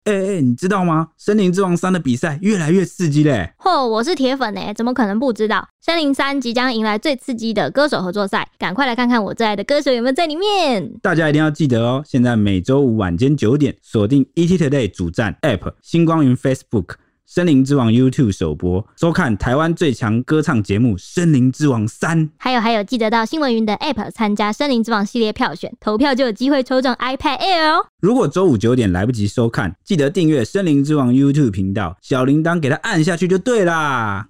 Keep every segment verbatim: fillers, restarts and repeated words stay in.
哎、欸、欸，你知道吗？森林之王三的比赛越来越刺激嘞！ 嚯，我是铁粉哎，怎么可能不知道？森林三即将迎来最刺激的歌手合作赛，赶快来看看我最爱的歌手有没有在里面。 大家一定要记得哦，现在每周五晚间九点，锁定 E T Today 主站 App、星光云 Facebook、森林之王 YouTube 首播，收看台湾最强歌唱节目《森林之王三》。 还有还有，记得到新闻云的 App 参加森林之王系列票选，投票就有机会抽中 iPad Air 哦。 如果周五九点来不及收看，记得订阅森林之王 YouTube 频道，小铃铛给它按下去就对啦。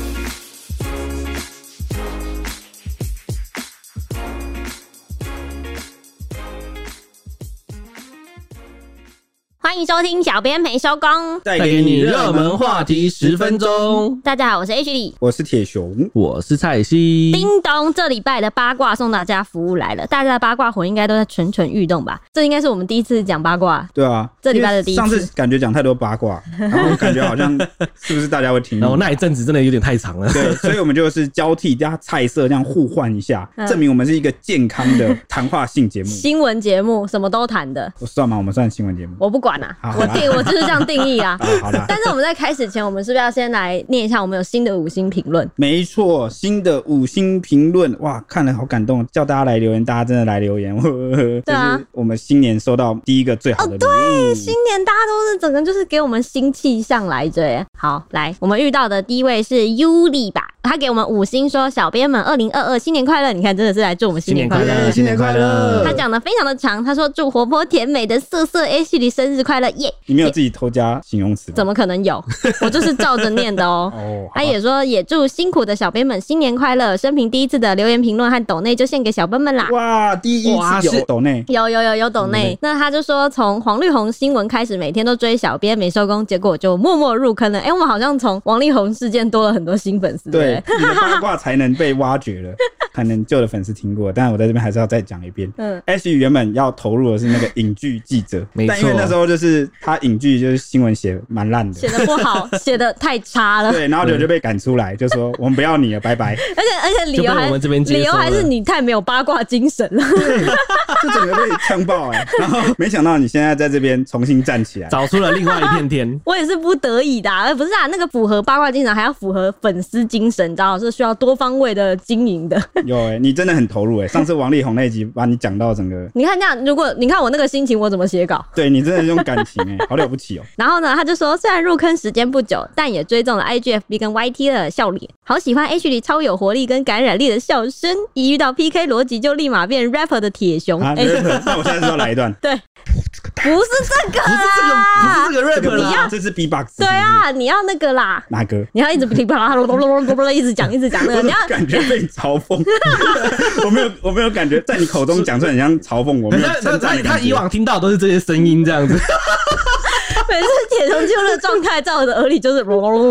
欢迎收听小编没收工， 带给你热门话题十分钟。 大家好，我是 H 李， 我是铁熊， 我是蔡西。 叮咚，这礼拜的八卦送大家服务来了，大家的八卦火应该都在蠢蠢欲动吧？这应该是我们第一次讲八卦。 对啊， 这礼拜的第一次。 上次感觉讲太多八卦，然后感觉好像是不是大家会听？ 然后那一阵子真的有点太长了。 对，所以我们就是交替大家菜色这样互换一下，嗯、证明我们是一个健康的谈话性节目。 新闻节目什么都谈的， 算吗？我们算新闻节目？ 我不管啊，我定我就是这样定义啊。 好啦， 但是我们在开始前，我们是不是要先来念一下我们有新的五星评论？ 没错，新的五星评论，哇，看了好感动，叫大家来留言，大家真的来留言。对啊，就是我们新年收到第一个最好的礼物。 哦，对，新年大家都是整个就是给我们新气象来着耶。好，来，我们遇到的第一位是尤里吧，他给我们五星说：“小编们，二零二二新年快乐！”你看，真的是来祝我们新年快乐， 新年快乐！ 他讲的非常的长，他说：“祝活泼甜美的色色 H 里生日快乐！”耶！ 你没有自己偷加形容词？ 怎么可能有？我就是照着念的哦。哦，他也说，也祝辛苦的小编们新年快乐！生平第一次的留言评论和抖内就献给小编们啦！ 哇，第一次有抖内， 有有有有抖内。那他就说，从黄绿红新闻开始，每天都追小编没收工，结果我就默默入坑了。哎、欸，我们好像从王力宏事件多了很多新粉丝。 对，你的八卦才能被挖掘了。可能旧的粉丝听过，但是我在这边还是要再讲一遍。嗯 ，H 原本要投入的是那个影剧记者，但因为那时候就是他影剧就是新闻写蛮烂的， 写的不好，写的太差了。 对，然后就就被赶出来，就说我们不要你了，拜拜。 而且而且理由还我们这边理由还是你太没有八卦精神了， 对，就整个被呛爆哎、欸。然后没想到你现在在这边重新站起来， 找出了另外一片天。 我也是不得已的、啊，不是啊，那个符合八卦精神，还要符合粉丝精神，你知道是需要多方位的经营的。 有哎、欸，你真的很投入哎、欸。上次王力宏那一集把你讲到整个， 你看这样，如果你看我那个心情，我怎么写稿？ 对你真的是用感情哎、欸，好了不起哦、喔。 然后呢，他就说，虽然入坑时间不久，但也追踪了 I G F B 跟 Y T 的笑脸，好喜欢 H 里超有活力跟感染力的笑声，一遇到 P K 逻辑就立马变 rapper 的铁熊。 啊，欸、那我现在是要来一段。 对。不是这个啦，不是这个，不是这个 rap 啦， 你要这是 B-box。 对啊，你要那个啦。 哪个？ 你要一直噼啪啦啦一直讲一直讲那个，你要感觉被嘲讽。我没有，我没有感觉在你口中讲出来很像嘲讽我。没有称赞的感觉。 他以往听到都是这些声音这样子。 每次铁熊进入的状态，在我的耳里就是。哎，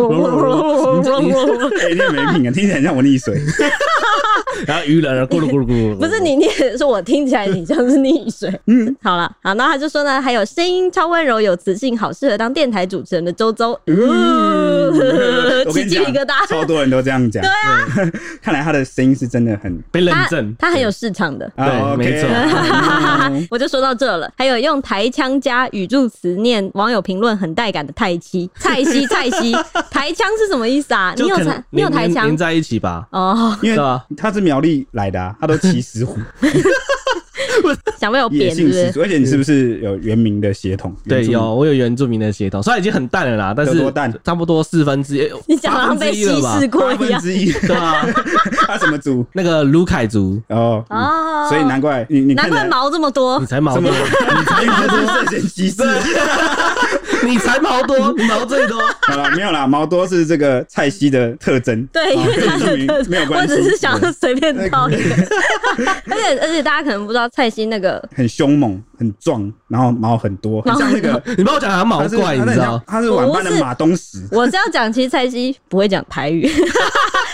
你也没品啊，听起来很像我溺水。 然后鱼人咕噜咕噜咕噜。 不是你，你也说我听起来你像是溺水。嗯，好了，好，然后他就说呢，还有声音超温柔、有磁性，好适合当电台主持人的周周。 嗯， 起鸡皮疙瘩， 超多人都这样讲。 对啊， 看来他的声音是真的很被认证， 他很有市场的。 对，没错。 我就说到这了，还有用台腔加语助词念网友评论很带感的泰西蔡西蔡西，台腔是什么意思啊？你有台你有台腔连在一起吧？ 哦， 因为他是苗栗来的、啊，他都骑石虎。 想不有扁是不是？ 而且你是不是有原民的血统？ 对，有，我有原住民的血统，虽然已经很淡了啦，但是差不多四分之一， 你讲好像被稀释过一样。 八分之一，对啊。他什么族？ 那个卢凯族。 哦哦，所以难怪你你难怪毛这么多， 你才毛多，你才毛多， 涉嫌歧视。 你才毛多，你毛最多。 好了，没有啦，毛多是这个蔡西的特征。 对，因为他的特征没有关系。 我只是想要随便套一个。而且而且大家可能不知道蔡西那个很凶猛、很壮，然后毛很多，很像那个你帮我讲他毛怪，你知道？ 他是晚班的马东石。 我是要讲，其实蔡西不会讲台语，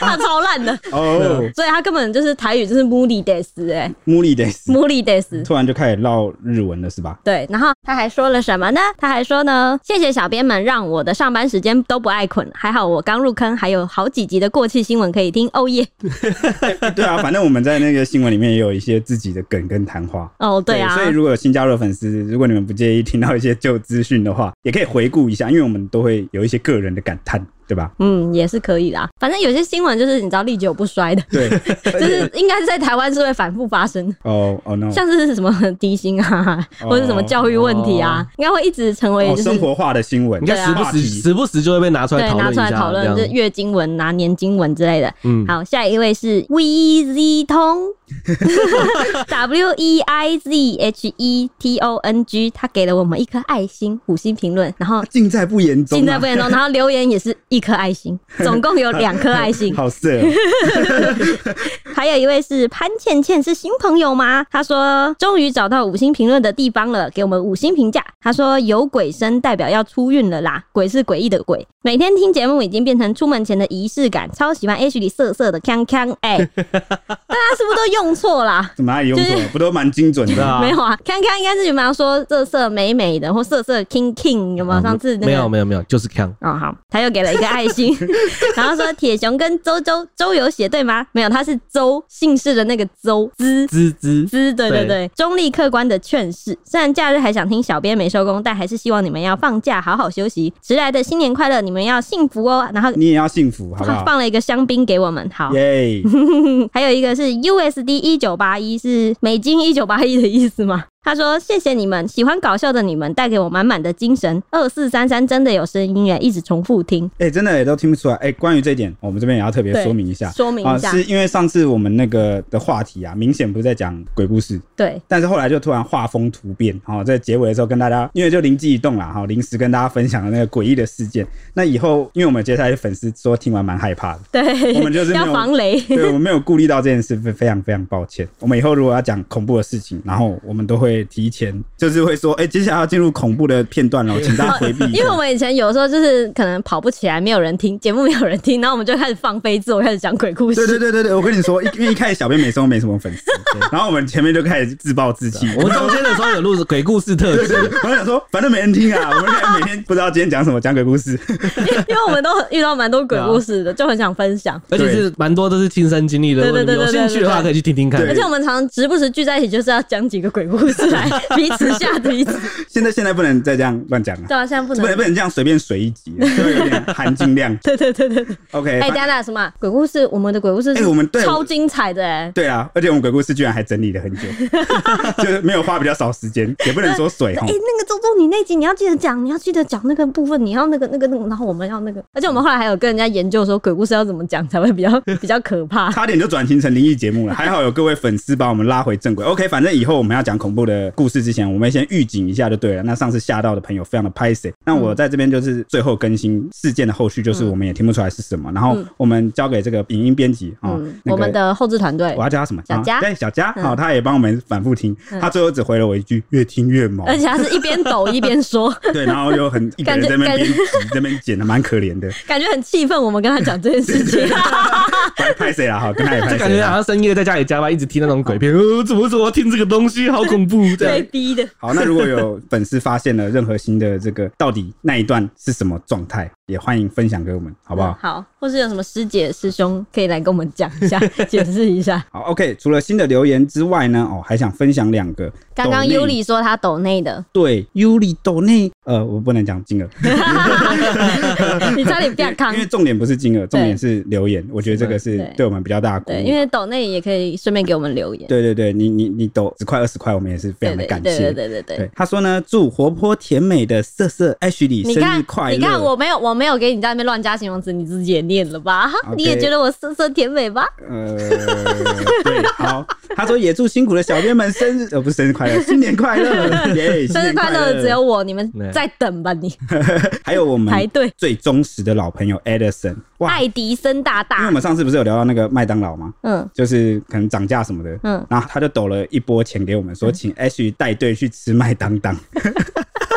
他超烂的哦，所以他根本就是台语就是無理です哎， 無理です無理です， 突然就开始唠日文了是吧？ 对，然后他还说了什么呢？他还说呢，谢谢小编们让我的上班时间都不爱困，还好我刚入坑，还有好几集的过气新闻可以听，哦耶！ 对啊，反正我们在那个新闻里面也有一些自己的梗跟谈话哦，对啊， 对，所以如果有新加入的粉丝，如果你们不介意听到一些旧资讯的话，也可以回顾一下，因为我们都会有一些个人的感叹。对吧？ 嗯，也是可以啦。反正有些新闻就是你知道历久不衰的， 对， 就是应该是在台湾是会反复发生。 哦哦 no， 像是什么低薪啊，哦、或者什么教育问题啊，哦、应该会一直成为、就是哦、生活化的新闻， 应该时不时、时不时就会被拿出来讨论一下， 对，拿出来讨论，就是月经文啊、年经文之类的。 嗯， 好，下一位是 Weezy 通。W E I Z H E T O N G， 他给了我们一颗爱心，五星评论，然后尽在不言中、啊， 尽在不言中，然后留言也是一颗爱心，总共有两颗爱心， 好色、哦。 还有一位是潘倩倩，是新朋友吗？他说终于找到五星评论的地方了，给我们五星评价。他说有鬼声代表要出运了啦，鬼是诡异的鬼。每天听节目已经变成出门前的仪式感，超喜欢 H 里色色的锵锵，哎，大家是不是都用错啦？ 怎么哪里用错了？就是、不都蛮精准的、啊？ 没有啊，锵锵应该是有没有说色色美美的，或色色 king king 有没有？上次、那个、 没有没有没有，就是锵。 哦好，他又给了一个爱心，然后说铁熊跟周周周有写对吗？没有，他是周姓氏的那个周滋滋滋滋，对对 对, 对，中立客观的劝世。虽然假日还想听小编没收工，但还是希望你们要放假好好休息。迟来的新年快乐，你们要幸福哦。然后你也要幸福，好不好？ 放了一个香槟给我们，好耶。 还有一个是 U S D 一九八一，是美金一九八一的意思吗？他说谢谢你们，喜欢搞笑的你们带给我满满的精神。二四三三真的有声音耶，一直重复听。 哎、欸，真的也都听不出来。哎、欸，关于这一点，我们这边也要特别说明一下。 说明一下、 啊，是因为上次我们那个的话题啊，明显不是在讲鬼故事。 对。 但是后来就突然画风突变，好，在结尾的时候跟大家，因为就灵机一动啦，好，临时跟大家分享了那个诡异的事件。那以后，因为我们接下来粉丝说听完蛮害怕的， 对， 我们就是要防雷。 对，我们没有顾虑到这件事，非常非常抱歉。我们以后如果要讲恐怖的事情，然后我们都会提前。就是会说，哎、欸，接下来要进入恐怖的片段了，请大家回避。 因为我们以前有时候就是可能跑不起来，没有人听节目，没有人听，然后我们就开始放飞自我，开始讲鬼故事。 对对对对对，我跟你说，因为一开始小编每次都没什么粉丝，然后我们前面就开始自暴自弃。 我们中间的时候有录鬼故事特辑， 我想说，反正没人听啊，我们每天不知道今天讲什么，讲鬼故事。 因为我们都遇到蛮多鬼故事的，就很想分享， 而且是蛮多都是亲身经历的。对对对，有兴趣的话可以去听听看。 而且我们常时不时聚在一起，就是要讲几个鬼故事来彼此吓彼此。 现在现在不能再这样乱讲了， 对啊，现在不能不能不能这样随便水一集，就会有点含金量。 对对对对对 ，OK。 哎、欸，等一下什么鬼故事？我们的鬼故事，哎、欸， 我们对超精彩的哎、欸。 对啊，而且我们鬼故事居然还整理了很久，就是没有花比较少时间，也不能说水哈。 哎、欸，那个周周，你那集你要记得讲，你要记得讲那个部分，你要那个那个那个，然后我们要那个，而且我们后来还有跟人家研究说鬼故事要怎么讲才会比较比较可怕， 差点就转型成灵异节目了。还好有各位粉丝把我们拉回正轨。OK， 反正以后我们要讲恐怖的故事之前，我们先预警一下就对了。那上次吓到的朋友非常的拍谢，那我在这边就是最后更新事件的后续，就是我们也听不出来是什么，然后我们交给这个影音编辑啊， 我们的后制团队， 我要叫他什么？ 小佳， 对，小佳，好，他也帮我们反复听，他最后只回了我一句越听越毛， 而且他是一边抖一边说， 对，然后又很一个人在那边编辑，在那边剪的蛮可怜的， 感觉很气愤，我们跟他讲这件事情， 拍谁啦？好，跟他也拍谁， 就感觉好像深夜在家里加班，一直听那种鬼片，呃，怎么怎么听这个东西，好恐怖， 被逼的。 好，那如果有粉丝发现了任何新的这个到底那一段是什么状态，也欢迎分享给我们，好不好？ 嗯、好，或是有什么师姐师兄可以来跟我们讲一下，解释一下。 好 ，OK。除了新的留言之外呢，哦，还想分享两个。 刚刚 Yuli 说他抖内的， 对 ，Yuli 抖内，呃，我不能讲金额， 你差点变康。 因为重点不是金额，重点是留言。我觉得这个是对我们比较大的鼓舞。 对，因为抖内也可以顺便给我们留言。 对对对，你你你抖十块二十块，我们也是非常的感谢。 对对对对 对, 对。他说呢，祝活泼甜美的色色 Ashley 生日快乐。 你看我没有我没有给你在那边乱加形容词，你自己也念了吧？ Okay, 你也觉得我色色甜美吧？ 呃，对，好。他说也祝辛苦的小编们生日，呃，不是生日快乐，新年快乐，耶、yeah, ！ 生日快乐只有我，你们再等吧你。 还有我们排队最忠实的老朋友 Edison， 爱迪生大大。 因为我们上次不是有聊到那个麦当劳吗？嗯，就是可能涨价什么的，嗯，然后他就抖了一波钱给我们，说请 H 带队去吃麦当当。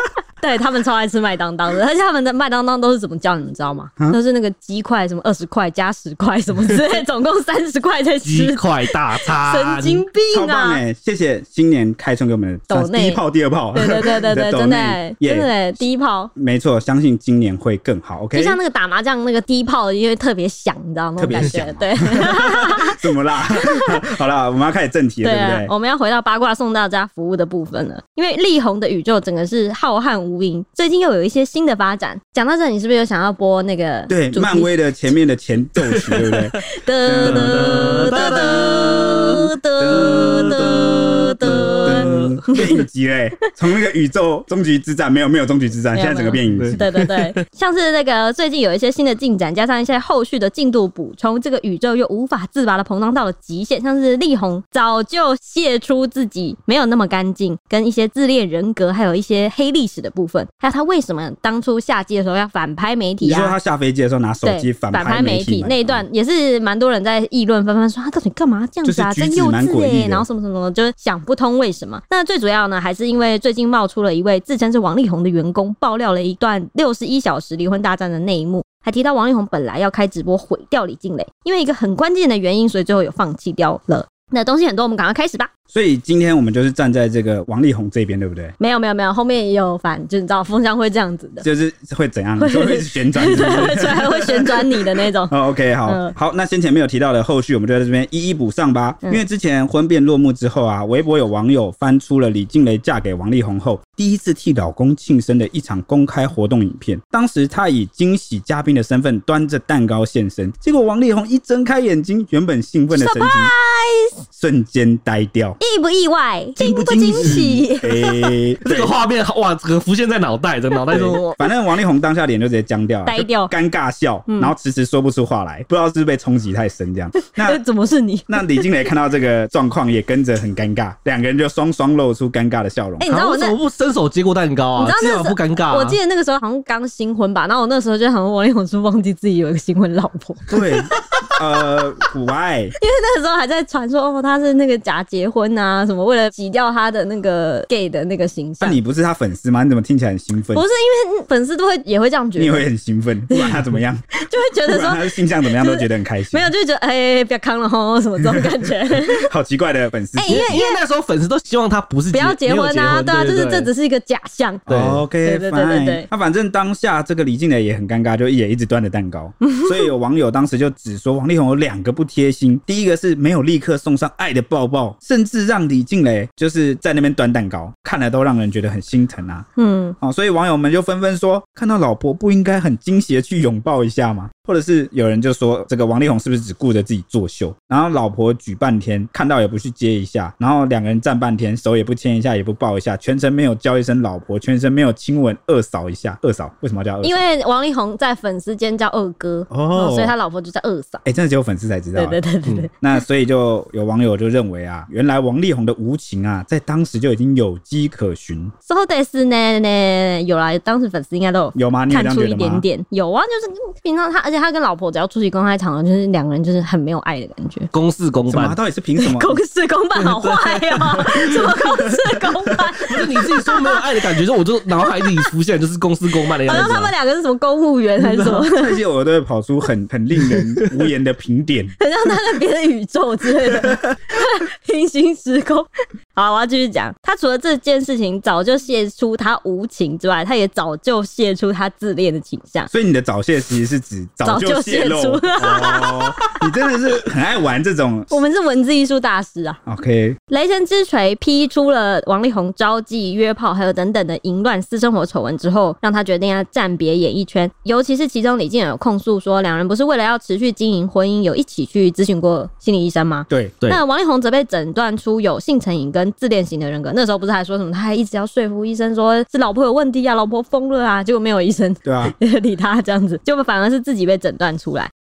对他们超爱吃麦当当的，而且他们的麦当当都是怎么叫你们知道吗？都是那个鸡块什么二十块加十块什么之类，总共三十块在吃鸡块大餐， 神经病啊！ 超棒哎！谢谢新年开春给我们的第一炮、第二炮， 对对对对对，真的欸真的欸第一炮， 没错，相信今年会更好。OK， 就像那个打麻将那个第一炮，因为特别响，你知道吗？ 特别响， 对。 怎么啦？好啦，我们要开始正题了，对不对？ 我们要回到八卦送大家服务的部分了。因为力宏的宇宙整个是浩瀚无垠，最近又有一些新的发展。讲到这，你是不是有想要播那个？ 对，漫威的前面的前奏曲，对不对？ 得得得得得得得， 变影集嘞！从那个宇宙终局之战没有没有终局之战，现在整个变影集。 对对对，像是那个最近有一些新的进展，加上一些后续的进度补充，这个宇宙又无法自拔的膨胀到了极限。像是力宏早就泄出自己没有那么干净，跟一些自恋人格，还有一些黑历史的部分。还有他为什么当初下机的时候要反拍媒体啊？ 你说他下飞机的时候拿手机反拍媒体那一段，也是蛮多人在议论纷纷，说他到底干嘛这样子啊？真幼稚哎！然后什么什么，就是想不通为什么。那最主要呢，还是因为最近冒出了一位自称是王力宏的员工，爆料了一段六十一小时离婚大战的内幕。还提到王力宏本来要开直播毁掉李静蕾，因为一个很关键的原因，所以最后有放弃掉了。那东西很多，我们赶快开始吧。 所以今天我们就是站在这个王力宏这边，对不对？ 没有没有没有，后面也有反，就是你知道风向会这样子的， 就是会怎样，就会一直旋转，对， 会还会旋转你的那种。 哦 ，OK， 好，嗯、好，那先前没有提到的后续，我们就在这边一一补上吧。嗯、因为之前婚变落幕之后啊，微博有网友翻出了李静蕾嫁给王力宏后第一次替老公庆生的一场公开活动影片。当时她以惊喜嘉宾的身份端着蛋糕现身，结果王力宏一睁开眼睛，原本兴奋的神情瞬间呆掉。 意不意外？惊不惊喜？ 欸、 这个画面哇，这个浮现在脑袋，这脑袋中。 反正王力宏当下脸就直接僵掉了， 呆掉， 尴尬笑，嗯、然后迟迟说不出话来，不知道是不是被冲击太深这样。 那怎么是你？ 那李静蕾看到这个状况也跟着很尴尬，两个人就双双露出尴尬的笑容。 哎、欸，你知道我怎么不伸手接过蛋糕啊？ 你知道那时候不尴尬、啊？ 我记得那个时候好像刚新婚吧，然后我那时候就好像王力宏是忘记自己有一个新婚老婆。 对，呃 ，why？ 因为那个时候还在传说哦，他是那个假结婚啊，什么为了挤掉他的那个 gay 的那个形象。 那、啊、你不是他粉丝吗？你怎么听起来很兴奋？ 不是，因为粉丝都会也会这样觉得， 你也会很兴奋，不管他怎么样， 就会觉得说他的形象怎么样都觉得很开心。 没有，就会觉得哎，不要康了吼，什么这种感觉。 好奇怪的粉丝， 哎、欸，因为因为那时候粉丝都希望他不是不要结婚啊，对啊，就是这只是一个假象。 对 ，OK， 对对对对对。那反正当下这个李静蕾也很尴尬，就也一直端着蛋糕，所以有网友当时就指说王力宏有两个不贴心，第一个是没有立刻送上爱的抱抱，甚至让李静蕾就是在那边端蛋糕，看了都让人觉得很心疼啊。嗯，哦，所以网友们就纷纷说，看到老婆不应该很惊喜的去拥抱一下吗？或者是有人就说这个王力宏是不是只顾着自己作秀，然后老婆举半天看到也不去接一下，然后两个人站半天手也不牵一下也不抱一下，全程没有叫一声老婆，全程没有亲吻二嫂一下。二嫂为什么要叫二嫂？ 因为王力宏在粉丝间叫二哥哦，所以他老婆就叫二嫂。 哎、欸，真的只有粉丝才知道、啊。 对对对对对、嗯。 那所以就有网友就认为啊，原来王力宏的无情啊，在当时就已经有迹可循。 そうですね，有啦，当时粉丝应该都有有吗？你有这样觉得吗？ 看出一点点有啊，就是平常他，而且他跟老婆只要出席公开场合，就是两个人就是很没有爱的感觉， 公事公办。 到底是凭什么？ 公事公办好坏哦，什么公事公办？ 就你自己说没有爱的感觉，我就脑海里浮现就是公事公办的样子、啊。 好像他们两个是什么公务员还是什么？ 这些我都会跑出很很令人无言的评点， 很像他在别的宇宙之类的平行时空。好，我要继续讲。他除了这件事情早就泄出他无情之外，他也早就泄出他自恋的倾向。 所以你的早泄其实是指早就泄露。哦，你真的是很爱玩这种。 我们是文字艺术大师啊。 OK。 雷神之锤批出了王力宏招妓、约炮还有等等的淫乱私生活丑闻之后，让他决定要暂别演艺圈。尤其是其中李静蕾有控诉说，两人不是为了要持续经营婚姻，有一起去咨询过心理医生吗？ 对对。 那王力宏则被诊断出有性成瘾跟自恋型的人格。那时候不是还说什么，他还一直要说服医生说是老婆有问题啊，老婆疯了啊，结果没有医生对啊理他这样子，结果反而是自己被诊断出来。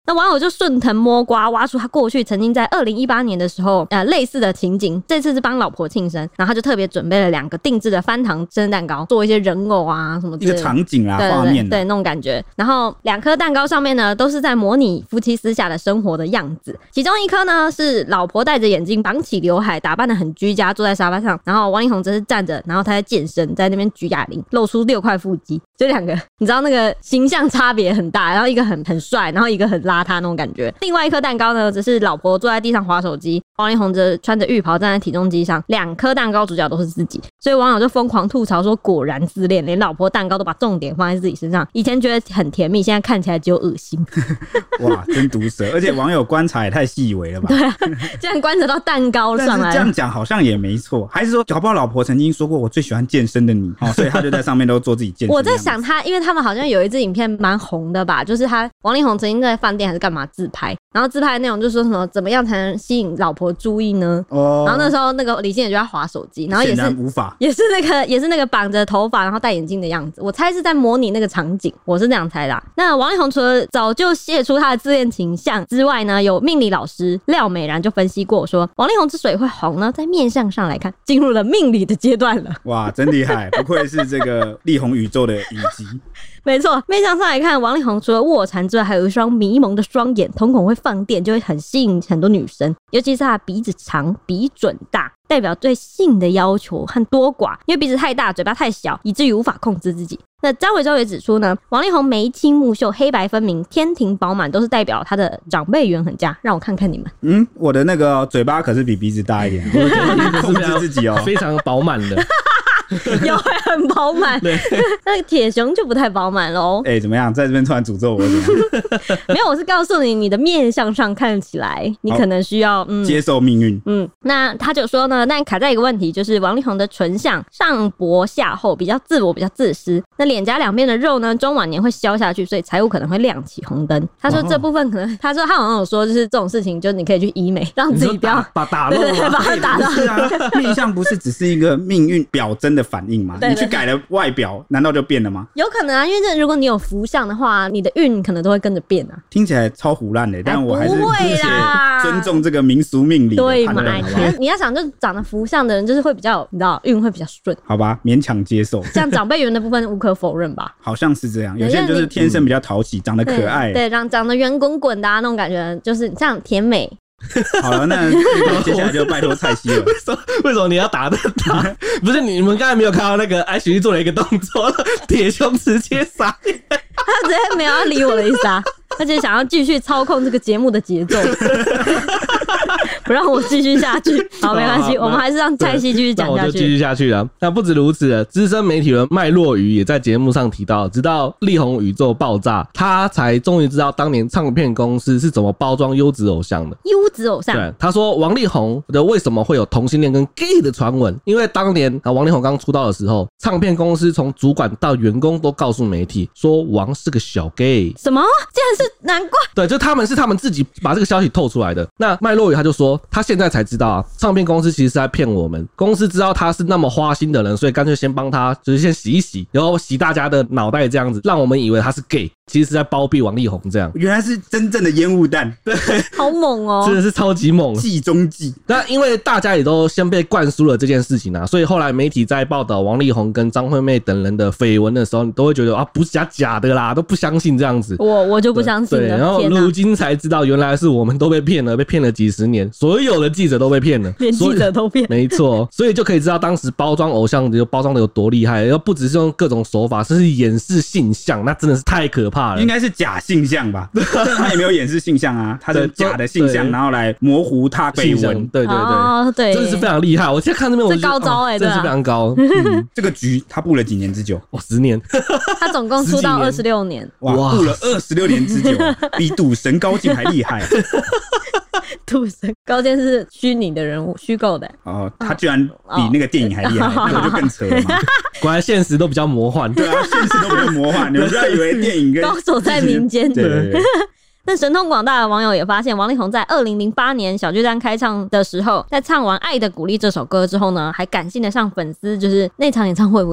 那网友就顺藤摸瓜，挖出他过去曾经在二零一八年的时候，呃，类似的情景。这次是帮老婆庆生，然后他就特别准备了两个定制的翻糖生日蛋糕，做一些人偶啊什么之类的， 一个场景啊，画面、啊， 对那种感觉。然后两颗蛋糕上面呢，都是在模拟夫妻私下的生活的样子。其中一颗呢是老婆戴着眼镜，绑起刘海，打扮得很居家，坐在沙发上。然后王力宏则是站着，然后他在健身，在那边举哑铃，露出六块腹肌。就两个，你知道那个形象差别很大，然后一个很很帅，然后一个很邋遢那种感觉。另外一颗蛋糕呢，则是老婆坐在地上滑手机，王力宏则穿着浴袍站在体重机上，两颗蛋糕主角都是自己，所以网友就疯狂吐槽说，果然自恋，连老婆蛋糕都把重点放在自己身上。以前觉得很甜蜜，现在看起来只有恶心。 哇，真毒舌！而且网友观察也太细微了吧？ 对啊，竟然观察到蛋糕上来了。 但是这样讲好像也没错，还是说，搞不好老婆曾经说过我最喜欢健身的你，哦、所以他就在上面都做自己健身。 我在想他，因为他们好像有一支影片蛮红的吧，就是他王力宏曾经在饭店还是干嘛自拍，然后自拍的内容就说什么怎么样才能吸引老婆注意呢？哦，然后那时候那个李心也就在滑手机，然后也是无法， 也是那个也是那个绑着头发然后戴眼镜的样子，我猜是在模拟那个场景，我是这样猜的、啊。那王力宏除了早就泄出他的自恋倾向之外呢，有命理老师廖美然就分析过说，王力宏之所以会红呢，在面相上来看，进入了命理的阶段了。 哇，真厉害，不愧是这个力宏宇宙的影集。 没错，面相上来看，王力宏除了卧蚕之外，还有一双迷蒙的双眼，瞳孔会放电，就会很吸引很多女生。尤其是他鼻子长，鼻准大，代表对性的要求和多寡，因为鼻子太大，嘴巴太小，以至于无法控制自己。那张伟洲也指出呢，王力宏眉清目秀，黑白分明，天庭饱满，都是代表他的长辈缘很佳。让我看看你们， 嗯，我的那个嘴巴可是比鼻子大一点，我觉得控制自己哦， 非常饱满的。 有很饱满，那个铁熊就不太饱满喽。 哎、欸，怎么样，在这边突然诅咒我怎么样？ 没有，我是告诉你，你的面相上看起来，你可能需要、嗯、 接受命运。 嗯，那他就说呢，但卡在一个问题，就是王力宏的唇相上薄下厚，比较自我，比较自私。那脸颊两边的肉呢，中晚年会消下去，所以财务可能会亮起红灯。他说这部分可能，他说他好像有说，就是这种事情，就是你可以去医美，让自己不要把打漏， 把它打到。 是啊，面相不是只是一个命运表征的反应吗？你去改了外表，难道就变了吗？ 有可能啊，因为这如果你有福相的话，你的运可能都会跟着变啊。 听起来超胡烂的，但我还是不会啦， 尊重这个民俗命理的判断。 对嘛？你要你要想，就长得福相的人，就是会比较，你知道，运会比较顺。 好吧，勉强接受。 像长辈缘的部分无可否认吧？ 好像是这样，有些人就是天生比较讨喜，长得可爱， 对，长长得圆滚滚的啊，那种感觉，就是像甜美。 好了，那接下来就拜托蔡西了。 为什么？为什么你要打的他？不是你们刚才没有看到那个艾许做了一个动作，铁胸直接撒脸， 他直接没有要理我的意思啊，而且想要继续操控这个节目的节奏。不让我继续下去，好，没关系，我们还是让蔡西继续讲下去。 那我就继续下去了。那不止如此了，资深媒体人麦洛鱼也在节目上提到，直到力宏宇宙爆炸，他才终于知道当年唱片公司是怎么包装优质偶像的。 优质偶像， 对，他说王力宏的为什么会有同性恋跟 gay 的传闻？因为当年啊，王力宏刚出道的时候，唱片公司从主管到员工都告诉媒体说王是个小 gay。 什么？竟然是难怪？ 对，就他们是他们自己把这个消息透出来的。那麦洛宇他就说，他现在才知道啊，唱片公司其实是在骗我们。公司知道他是那么花心的人，所以干脆先帮他，就是先洗一洗，然后洗大家的脑袋，这样子让我们以为他是 gay， 其实是在包庇王力宏这样。 原来是真正的烟雾弹， 对， 好猛哦， 真的是超级猛， 计中计。 那因为大家也都先被灌输了这件事情啊，所以后来媒体在报道王力宏跟张惠妹等人的绯闻的时候，你都会觉得啊，不是假假的啦，都不相信这样子。 我我就不相信了。 对，然后如今才知道，原来是我们都被骗了，被骗了几十年，所有的记者都被骗了， 连记者都骗。 没错，所以就可以知道当时包装偶像的包装的有多厉害，要不只是用各种手法，甚至掩饰性向，那真的是太可怕了。 应该是假性向吧？他也没有掩饰性向啊，他的假的性向，然后来模糊他绯闻。 对对对， 哦、对， 真的是非常厉害。我现在看这边，我这高招哎、欸， 真的是非常高。 嗯、这个局他布了几年之久？ 哇，十年。 他总共出道二十六年， 哇，布了二十六年之久，比赌神高进还厉害。 赌神高进是虚拟的人物，虚构的、欸。 哦，他居然比那个电影还厉害，那、哦、就更扯了嘛。 果然现实都比较魔幻。 对啊，现实都比较魔幻。你们不要以为电影跟高手在民间。 对对对。 那神通广大的网友也发现，王力宏在二零零八年小巨蛋开唱的时候，在唱完《爱的鼓励》这首歌之后呢，还感性的向粉丝，就是那场演唱会我有去，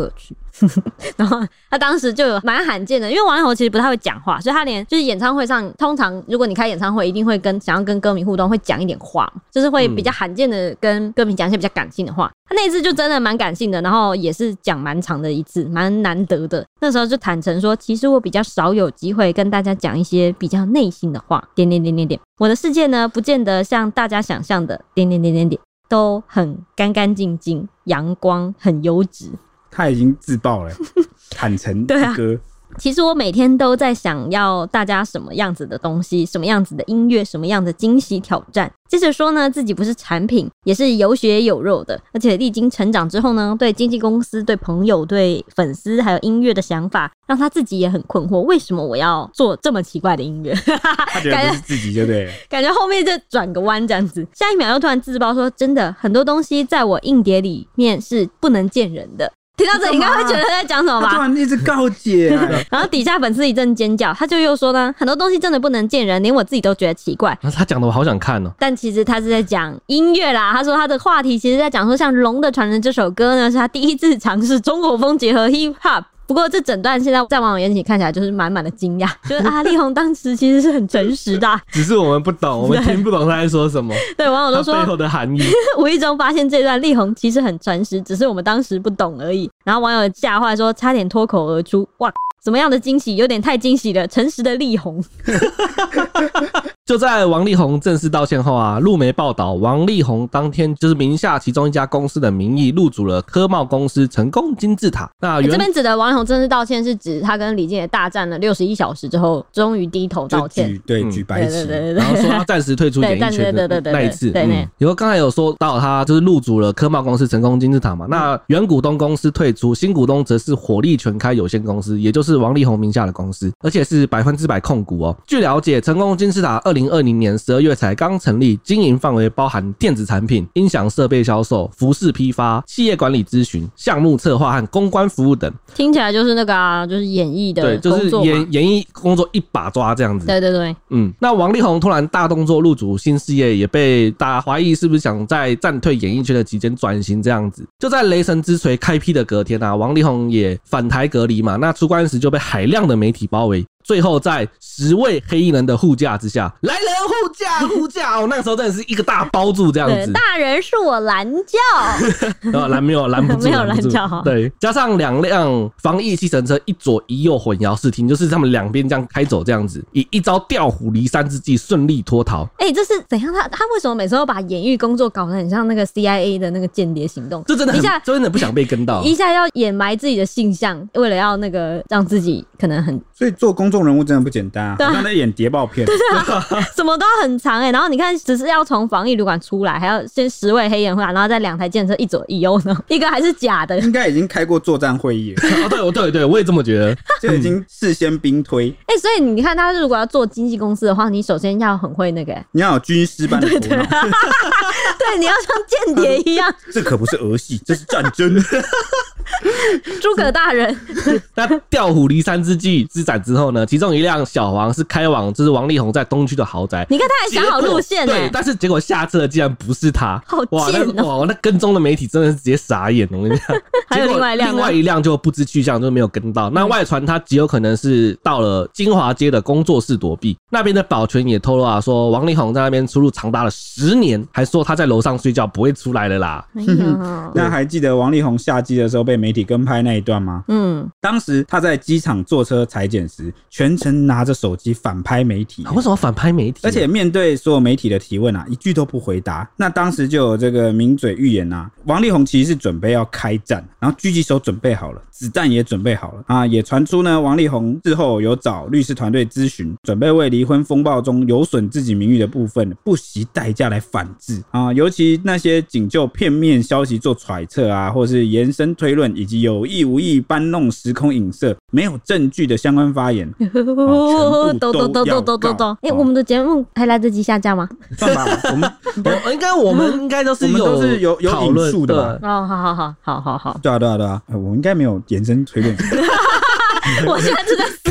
然后他当时就有蛮罕见的，因为王力宏其实不太会讲话，所以他连就是演唱会上，通常如果你开演唱会，一定会跟想要跟歌迷互动，会讲一点话，就是会比较罕见的跟歌迷讲一些比较感性的话。他那一次就真的蛮感性的，然后也是讲蛮长的一次，蛮难得的。那时候就坦诚说，其实我比较少有机会跟大家讲一些比较内心的话，点点点点点。我的世界呢，不见得像大家想象的点点点点点，都很干干净净、阳光，很优质。 他已经自爆了，坦诚对啊歌。 其实我每天都在想要大家什么样子的东西，什么样子的音乐，什么样的惊喜挑战。接着说呢，自己不是产品，也是有血有肉的，而且历经成长之后呢，对经纪公司、对朋友、对粉丝还有音乐的想法，让他自己也很困惑，为什么我要做这么奇怪的音乐？ 他觉得不是自己就对了， 感觉后面就转个弯这样子，下一秒又突然自爆说，真的很多东西在我硬碟里面是不能见人的。听到这里应该会觉得他在讲什么吧？ 他突然一直告解、啊， 然后底下粉丝一阵尖叫，他就又说呢，很多东西真的不能见人，连我自己都觉得奇怪。 他讲的我好想看哦， 但其实他是在讲音乐啦。他说他的话题其实在讲说，像《龙的传人》这首歌呢，是他第一次尝试中国风结合 hip hop。不过这整段现在在网友眼里看起来就是满满的惊讶，就是啊，力宏当时其实是很诚实的、啊， 只是我们不懂，我们听不懂他在说什么。 对，网友都说背后的含义。 无意中发现这段力宏其实很诚实，只是我们当时不懂而已。然后网友吓坏说，差点脱口而出，哇！什么样的惊喜？有点太惊喜了，诚实的力宏。 就在王力宏正式道歉后啊，路媒报道，王力宏当天就是名下其中一家公司的名义入主了科贸公司成功金字塔。那原、 欸、这边指的王力宏正式道歉，是指他跟李静也大战了六十一小时之后，终于低头道歉。 举对、嗯、举白旗， 然后说他暂时退出演艺圈的那一次。 对， 然后刚才有说到他就是入主了科贸公司成功金字塔嘛，那原股东公司退出，新股东则是火力全开有限公司，也就是王力宏名下的公司，而且是百分之百控股哦。据了解，成功金字塔二零二零年十二月才刚成立，经营范围包含电子产品、音响设备销售、服饰批发、企业管理咨询、项目策划和公关服务等。 听起来就是那个啊，就是演艺的工作，对，就是演演艺工作一把抓这样子。 对对对， 嗯，那王力宏突然大动作入主新事业，也被大家怀疑是不是想在暂退演艺圈的期间转型这样子。就在雷神之锤开批的隔天啊，王力宏也返台隔离嘛，那出关时就被海量的媒体包围。最后在十位黑衣人的护驾之下，来人护驾护驾哦，那个时候真的是一个大包住这样子。 大人是我拦轿， 然后拦没有拦不住， 没有拦轿。 对，加上两辆防疫计程车一左一右混淆视听，就是他们两边这样开走这样子，以一招调虎离山之计顺利脱逃。 哎、欸，这是怎样？他他为什么每次都把演艺工作搞得很像那个 C I A 的那个间谍行动？ 这真的很一下真的不想被跟到， 一下要掩埋自己的性向，为了要那个让自己可能很， 所以做公众人物真的不简单啊，好像在演谍报片， 对啊，什么都很长哎、欸。然后你看，只是要从防疫旅馆出来，还要先十位黑人回来，然后再两台建车一左一右呢，一个还是假的， 应该已经开过作战会议了。 哦，对对对，我也这么觉得， 就已经事先兵推。 哎、欸，所以你看，他如果要做经纪公司的话，你首先要很会那个、欸， 你要有军师般的头脑， 对, 对，你要像间谍一样。 这可不是儿戏，这是战争。 诸葛大人。 那调虎离山之计之展之后呢，其中一辆小黄是开往就是王力宏在东区的豪宅。 你看他还想好路线、欸、 对，但是结果下车的竟然不是他， 好贱哦、 喔！哇，那跟踪的媒体真的是直接傻眼，我跟你讲。 还有另外一辆， 另外一辆就不知去向，就没有跟到。那外传他极有可能是到了金华街的工作室躲避，那边的保全也透露啊，说王力宏在那边出入长达了十年，还说他在楼上睡觉不会出来了啦。 哎呀那还记得王力宏下机的时候被媒体跟拍那一段吗？嗯，当时他在机场坐车采检时，全程拿着手机反拍媒体、 啊。为什么反拍媒体？ 而且面对所有媒体的提问啊，一句都不回答。那当时就有这个名嘴预言啊，王力宏其实是准备要开战，然后狙击手准备好了，子弹也准备好了啊。也传出呢，王力宏日后有找律师团队咨询，准备为离婚风暴中有损自己名誉的部分不惜代价来反制啊。尤其那些仅就片面消息做揣测啊，或是延伸推论，以及有意无意搬弄时空影射、没有证据的相关发言，啊、全部都要告。 哎、欸，我们的节目还来得及下架吗？ 算吧，我们应该我们应该都是有我们都是有有引述的吧？ 哦，好好好好好好好， 对啊对啊对啊，我应该没有延伸推论。 我现在就在思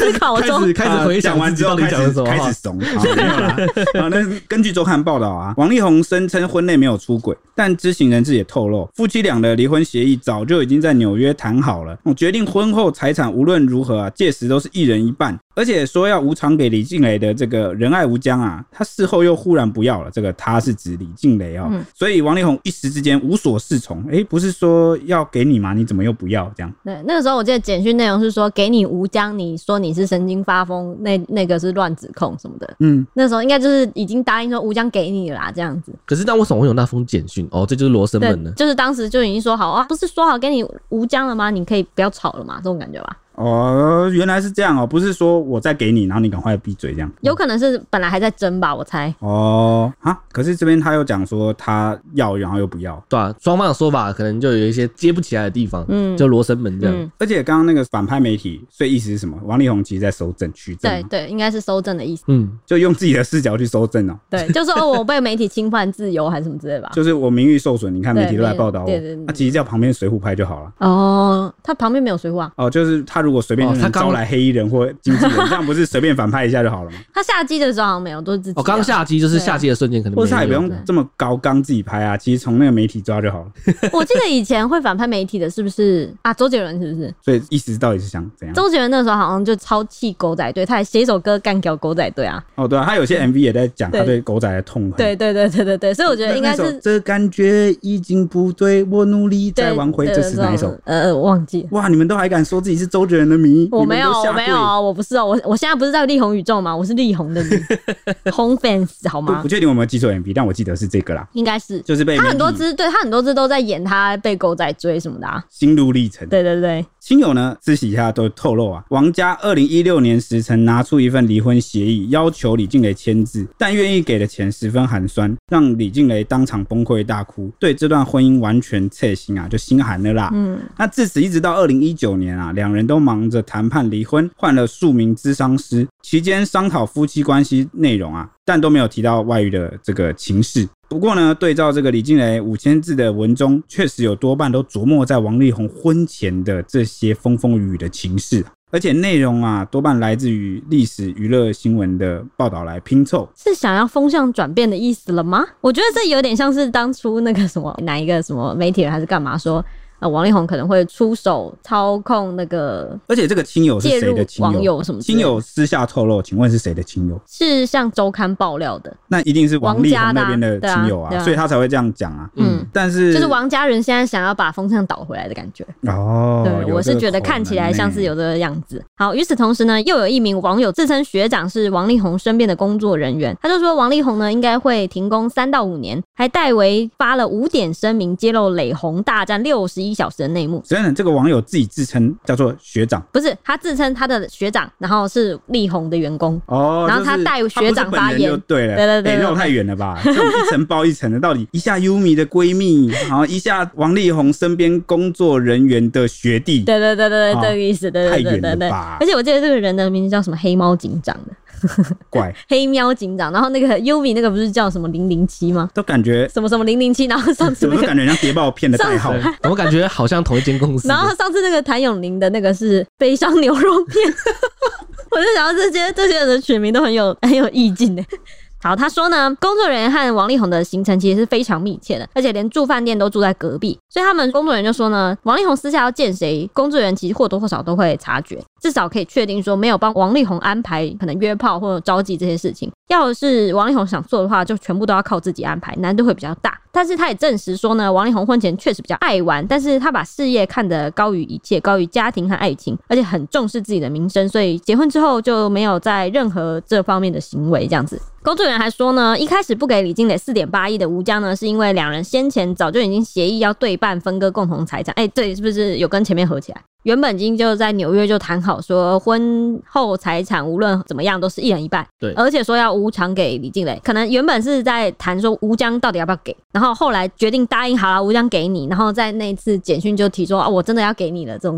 思考中， 开始开始回想完之后开始开始怂，好没有啦。好，那根据周刊报道啊，王力宏声称婚内没有出轨，但知情人士也透露，夫妻俩的离婚协议早就已经在纽约谈好了，决定婚后财产无论如何啊，届时都是一人一半。而且说要无偿给李静蕾的这个仁爱无疆啊，他事后又忽然不要了。这个他是指李静蕾哦、嗯，所以王力宏一时之间无所适从。哎，不是说要给你吗？你怎么又不要？这样。 对，那个时候我记得简讯内容是说给你无疆，你说你是神经发疯，那那个是乱指控什么的。嗯，那时候应该就是已经答应说无疆给你了啦，这样子。 可是那为什么会有那封简讯？哦，这就是罗生门呢。 就是当时就已经说好啊，不是说好给你无疆了吗？你可以不要吵了嘛，这种感觉吧。 哦，原来是这样哦，不是说我再给你，然后你赶快闭嘴这样。 有可能是本来还在争吧，我猜。 哦，啊，可是这边他又讲说他要，然后又不要， 对啊，双方的说法可能就有一些接不起来的地方，嗯，就罗生门这样。嗯、 而且刚刚那个反派媒体，所以意思是什么？王力宏其实在搜证取证， 对对，应该是搜证的意思。 嗯，就用自己的视角去搜证哦。 对，就说哦，我被媒体侵犯自由还是什么之类吧。 就是我名誉受损，你看媒体都来报道我，对对对，他其实叫旁边水浒拍就好了。 哦，他旁边没有水浒啊？ 哦，就是他如果随便就能招来黑衣人或经纪人，这样不是随便反拍一下就好了吗？ 他下机的时候好像没有，都是自己。 哦，刚下机就是下机的瞬间，可能没有， 或者他也不用这么高刚自己拍啊，其实从那个媒体抓就好了。 我记得以前会反拍媒体的，是不是啊？周杰伦是不是？ 所以意思到底是想怎样？ 周杰伦那时候好像就超气狗仔队，他还写一首歌干掉狗仔队啊。 哦，对啊，他有些 M V 也在讲他对狗仔的痛恨。 对对对对对对，所以我觉得应该是这感觉已经不对，我努力再挽回。这是哪一首？ 呃，忘记。 哇，你们都还敢说自己是周杰伦的迷？ 我没有，我没有，我不是哦，我我现在不是在力宏宇宙嘛，我是力宏的迷，红 fans 好吗？ 不确定我有没有记错 M V， 但我记得是这个啦， 应该是， 就是被他很多支，对他很多支都在演他被狗仔追什么的啊， 心路历程。 对对对， 亲友呢私底下都透露啊，王家二零一六年时曾拿出一份离婚协议，要求李静蕾签字，但愿意给的钱十分寒酸，让李静蕾当场崩溃大哭，对这段婚姻完全切心啊，就心寒了啦。嗯，那自此一直到二零一九年啊，两人都忙着谈判离婚，换了数名咨商师，期间商讨夫妻关系内容啊，但都没有提到外遇的这个情事。不过呢，对照这个李静蕾五千字的文中，确实有多半都琢磨在王力宏婚前的这些风风雨雨的情事，而且内容啊多半来自于历史娱乐新闻的报道来拼凑。 是想要风向转变的意思了吗？我觉得这有点像是当初那个什么哪一个什么媒体人还是干嘛说呃，王力宏可能会出手操控那个， 而且这个亲友是谁的亲友？ 网友什么？ 亲友私下透露，请问是谁的亲友？ 是向周刊爆料的， 那一定是王力宏那边的亲友 啊, 啊, 啊, 啊，所以他才会这样讲啊。嗯，但是就是王家人现在想要把风向倒回来的感觉。 哦， 对，我是觉得看起来像是有这个样子。好，与此同时呢，又有一名网友自称学长是王力宏身边的工作人员，他就说王力宏呢应该会停工三到五年，还代为发了五点声明，揭露磊宏大战六十一小时的内幕。 真的，这个网友自己自称叫做学长， 不是他自称他的学长，然后是力宏的员工哦，然后他带学长发言， 就对了， 对对对， 绕、欸、太远了吧？这种一层包一层的，到底一下优米的闺蜜，然后一下王力宏身边工作人员的学弟， 对对对对对，这个意思，对对对对对。而且我记得这个人的名字叫什么黑猫警长的。 怪黑喵警长，然后那个 Yumi 那个不是叫什么零零七吗？ 都感觉什么什么零零七，然后上次那个都感觉像谍报片的代号， 我感觉好像同一间公司。 然后上次那个谭咏麟的那个是悲伤牛肉片，我就想到这些这些人的取名都很有很有意境的。好，他说呢，工作人员和王力宏的行程其实是非常密切的，而且连住饭店都住在隔壁，所以他们工作人员就说呢，王力宏私下要见谁，工作人员其实或多或少都会察觉，至少可以确定说没有帮王力宏安排可能约炮或者召集这些事情。要是王力宏想做的话，就全部都要靠自己安排，难度会比较大。但是他也证实说呢，王力宏婚前确实比较爱玩，但是他把事业看得高于一切，高于家庭和爱情，而且很重视自己的名声，所以结婚之后就没有在任何这方面的行为这样子。工作人员还说呢，一开始不给李静蕾 四点八亿的无疆呢，是因为两人先前早就已经协议要对半分割共同财产。哎、欸，对，是不是有跟前面合起来？原本已经就在纽约就谈好说婚后财产无论怎么样都是一人一半， 对， 而且说要无偿给李静蕾。可能原本是在谈说无疆到底要不要给，然后后来决定答应好了无疆给你，然后在那一次简讯就提说啊，我真的要给你了这种感觉。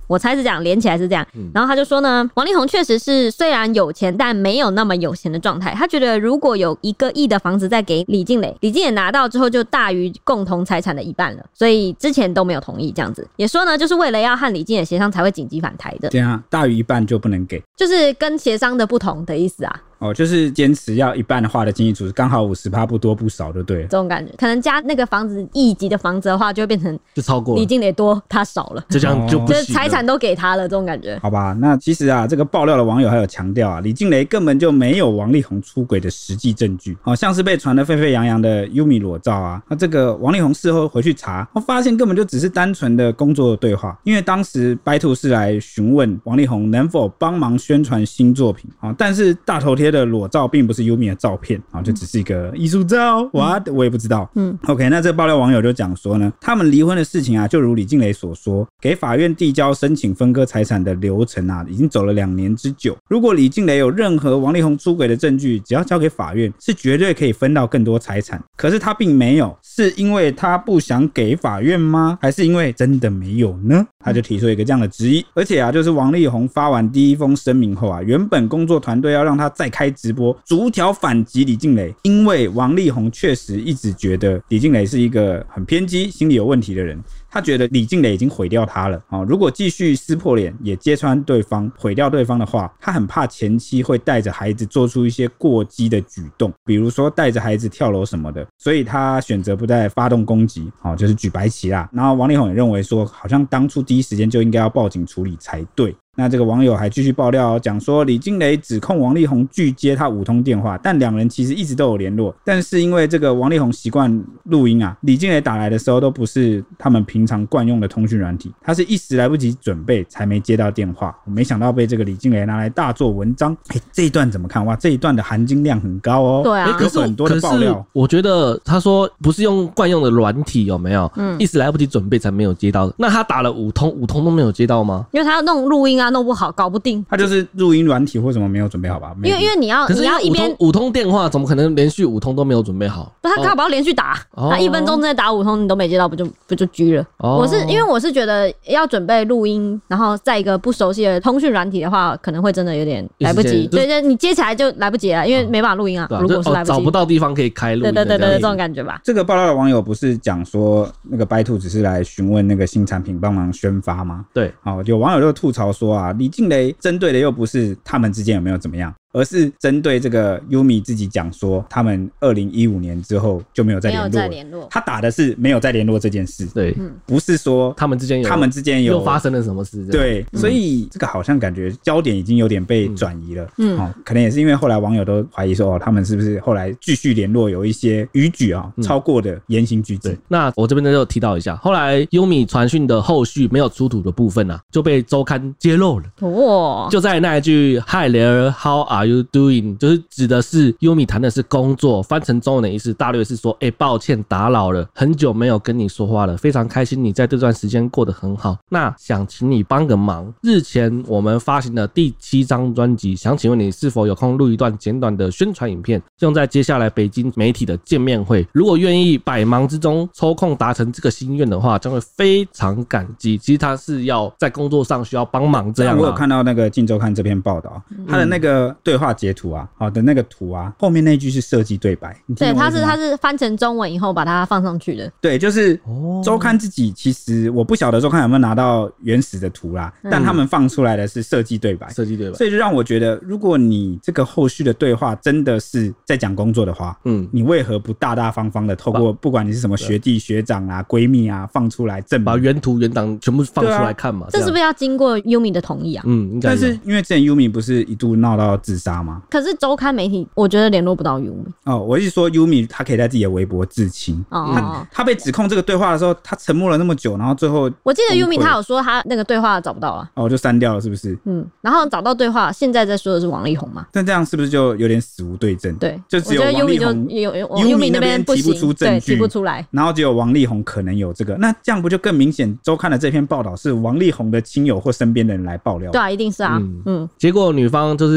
我猜是这样，连起来是这样。嗯、然后他就说呢，王力宏确实是虽然有钱，但没有那么有钱的状态。他觉得如果有一个亿的房子再给李静蕾，李静蕾拿到之后就大于共同财产的一半了，所以之前都没有同意这样子。也说呢，就是为了要和李静蕾协商才会紧急返台的。 这样大于一半就不能给， 就是跟协商的不同的意思啊。 哦，就是坚持要一半的话的经济组织刚好 百分之五十 不多不少就对了， 这种感觉。可能加那个房子亿级的房子的话，就会变成就超过了李静蕾多他少了， 就这样就不行了， 就是财产都给他了这种感觉。 好吧，那其实啊，这个爆料的网友还有强调啊，李静蕾根本就没有王力宏出轨的实际证据，好、哦、像是被传得沸沸扬扬的 Yumi 裸照啊，那这个王力宏事后回去查，我发现根本就只是单纯的工作对话，因为当时白兔是来询问王力宏能否帮忙宣传新作品啊、哦，但是大头贴的裸照并不是 Yumi 的照片啊，就只是一个艺术照，哇、嗯，我也不知道。嗯 ，OK， 那这个爆料网友就讲说呢，他们离婚的事情啊，就如李静蕾所说，给法院递交申请分割财产的流程啊，已经走了两年之久。如果李静蕾有任何王力宏出轨的证据，只要交给法院，是绝对可以分到更多财产。可是他并没有，是因为他不想给法院吗？还是因为真的没有呢？他就提出一个这样的质疑。而且啊，就是王力宏发完第一封声明后啊，原本工作团队要让他再开直播，逐条反击李静蕾，因为王力宏确实一直觉得李静蕾是一个很偏激、心理有问题的人。他觉得李静蕾已经毁掉他了、哦、如果继续撕破脸，也揭穿对方，毁掉对方的话，他很怕前妻会带着孩子做出一些过激的举动，比如说带着孩子跳楼什么的，所以他选择不再发动攻击、哦、就是举白旗啦。然后王力宏也认为说，好像当初第一时间就应该要报警处理才对。那这个网友还继续爆料讲说，李静蕾指控王力宏拒接他五通电话，但两人其实一直都有联络，但是因为这个王力宏习惯录音啊，李静蕾打来的时候都不是他们平常惯用的通讯软体，他是一时来不及准备才没接到电话，我没想到被这个李静蕾拿来大做文章。欸、这一段怎么看？哇，这一段的含金量很高哦。 对啊， 有很多的爆料。 我觉得他说不是用惯用的软体，有没有？嗯，一时来不及准备才没有接到。那他打了五通，五通都没有接到吗？ 因为他要弄录音啊，弄不好，搞不定。 他就是录音软体或什么没有准备好吧？ 因为因为你要你要一边五通电话，怎么可能连续五通都没有准备好？ 不，他他不要连续打，哦、他一分钟之内打五通你都没接到，不就不就狙了？哦、我是因为我是觉得要准备录音，然后在一个不熟悉的通讯软体的话，可能会真的有点来不及，所以你接起来就来不及了，因为没办法录音啊。 啊如果是来不及、 哦，找不到地方可以开录音， 对对对对，这种感觉吧。 这个爆料的网友不是讲说那个白兔只是来询问那个新产品帮忙宣发吗？ 对， 好，有网友就吐槽说啊，李静蕾针对的又不是他们之间有没有怎么样，而是针对这个 Yumi 自己讲说，他们二零一五年之后就没有再联络了，没有再联络。他打的是没有再联络这件事， 对， 不是说他们之间有， 他们之间有又发生了什么事？ 对，嗯、所以这个好像感觉焦点已经有点被转移了。嗯，哦，可能也是因为后来网友都怀疑说，哦，他们是不是后来继续联络有一些逾矩啊、哦，超过的言行举止、嗯。 那我这边就提到一下，后来 Yumi 传讯的后续没有出土的部分啊，就被周刊揭露了。哦，就在那一句 Hi there, how are you doing？ 就是指的是 Yumi 谈的是工作，翻成中文的意思大略是说，哎、欸，抱歉打扰了，很久没有跟你说话了，非常开心你在这段时间过得很好。那想请你帮个忙，日前我们发行的第七张专辑，想请问你是否有空录一段简短的宣传影片，用在接下来北京媒体的见面会。如果愿意百忙之中抽空达成这个心愿的话，将会非常感激。其实他是要在工作上需要帮忙这样、啊。 我有看到那个《镜周刊》这篇报道，他的那个对话截图啊，好的那个图啊，后面那句是设计对白。 对，他是他是翻成中文以后把它放上去的。 对，就是周刊自己，其实我不晓得周刊有没有拿到原始的图啦，嗯、但他们放出来的是设计对白， 设计对白， 所以就让我觉得，如果你这个后续的对话真的是在讲工作的话，嗯，你为何不大大方方的透过不管你是什么学弟学长啊、闺蜜啊放出来证明， 把原图原档全部放出来看嘛？ 这是不是要经过 Yumi 的同意啊？ 嗯，应该。 但是因为之前 Yumi 不是一度闹到自杀吗？ 可是周刊媒体我觉得联络不到 Yumi。 哦，我是说 Yumi 他可以在自己的微博自清。哦，他他被指控这个对话的时候，他沉默了那么久，然后最后我记得 Yumi 他有说他那个对话找不到啊。 哦，就删掉了是不是？ 嗯，然后找到对话，现在在说的是王力宏嘛？ 但这样是不是就有点死无对证？ 对， 就只有王力宏 Yumi 那边提不出证据， 提不出来， 然后只有王力宏可能有这个，那这样不就更明显？周刊的这篇报道是王力宏的亲友或身边的人来爆料？ 对啊，一定是啊。嗯， 嗯结果女方就是出